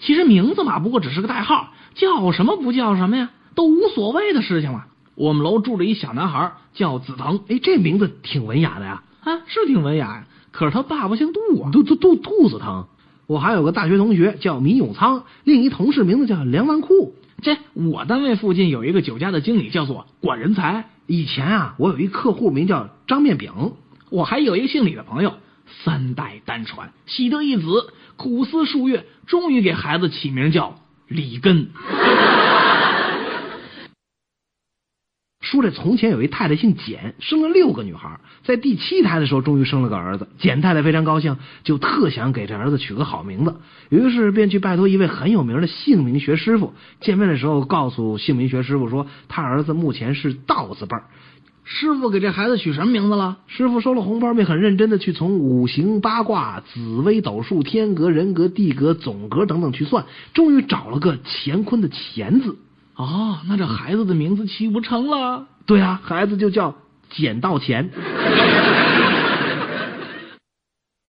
其实名字嘛，不过只是个代号，叫什么不叫什么呀，都无所谓的事情了。我们楼住着一小男孩，叫子腾。 这名字挺文雅的呀。 是挺文雅呀，可是他爸爸姓杜啊， 杜子腾。我还有个大学同学叫米永仓，另一同事名字叫梁万库。 我单位附近有一个酒家的经理叫做管人才。 以前我有一客户名叫张面饼。 我还有一个姓李的朋友，3代单传，喜得一子，苦思数月，终于给孩子起名叫李根。 说这从前有一太太姓简，生了6个女孩，在第7胎的时候终于生了个儿子。简太太非常高兴，就特想给这儿子取个好名字，于是便去拜托一位很有名的姓名学师傅。见面的时候告诉姓名学师傅说，他儿子目前是道字辈。 师傅给这孩子取什么名字了？ 师傅收了红包，便很认真的去从五行八卦、紫微斗数、天格、人格、地格、总格等等去算，终于找了个乾坤的乾字。 那这孩子的名字起不成了。 对啊，孩子就叫捡到钱。